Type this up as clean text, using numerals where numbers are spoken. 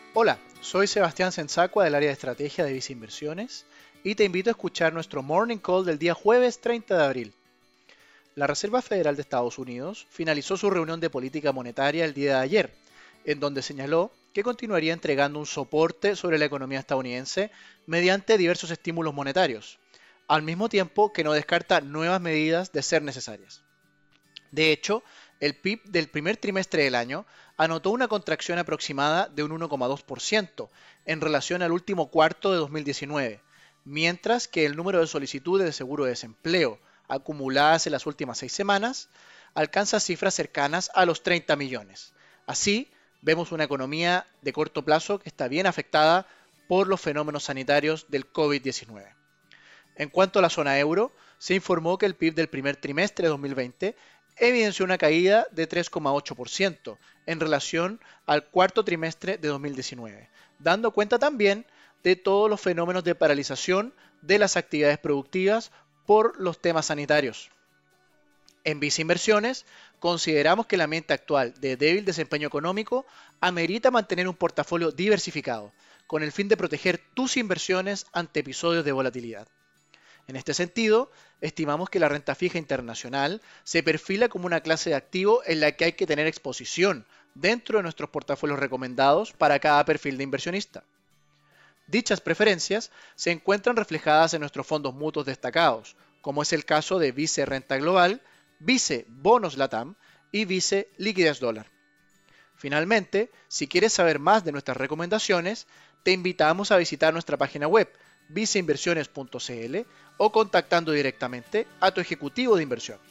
Hola, soy Sebastián Sensacua del área de estrategia de Vice Inversiones y te invito a escuchar nuestro Morning Call del día jueves 30 de abril. La Reserva Federal de Estados Unidos finalizó su reunión de política monetaria el día de ayer, en donde señaló que continuaría entregando un soporte sobre la economía estadounidense mediante diversos estímulos monetarios, al mismo tiempo que no descarta nuevas medidas de ser necesarias. De hecho, el PIB del primer trimestre del año anotó una contracción aproximada de un 1,2% en relación al último cuarto de 2019, mientras que el número de solicitudes de seguro de desempleo acumuladas en las últimas 6 semanas alcanza cifras cercanas a los 30 millones. Así, vemos una economía de corto plazo que está bien afectada por los fenómenos sanitarios del COVID-19. En cuanto a la zona euro, se informó que el PIB del primer trimestre de 2020 evidenció una caída de 3,8% en relación al cuarto trimestre de 2019, dando cuenta también de todos los fenómenos de paralización de las actividades productivas por los temas sanitarios. En Vice Inversiones, consideramos que el ambiente actual de débil desempeño económico amerita mantener un portafolio diversificado, con el fin de proteger tus inversiones ante episodios de volatilidad. En este sentido, estimamos que la renta fija internacional se perfila como una clase de activo en la que hay que tener exposición dentro de nuestros portafolios recomendados para cada perfil de inversionista. Dichas preferencias se encuentran reflejadas en nuestros fondos mutuos destacados, como es el caso de Vice Renta Global, Vice Bonos Latam y Vice Liquidez Dólar. Finalmente, si quieres saber más de nuestras recomendaciones, te invitamos a visitar nuestra página web viceinversiones.cl o contactando directamente a tu ejecutivo de inversión.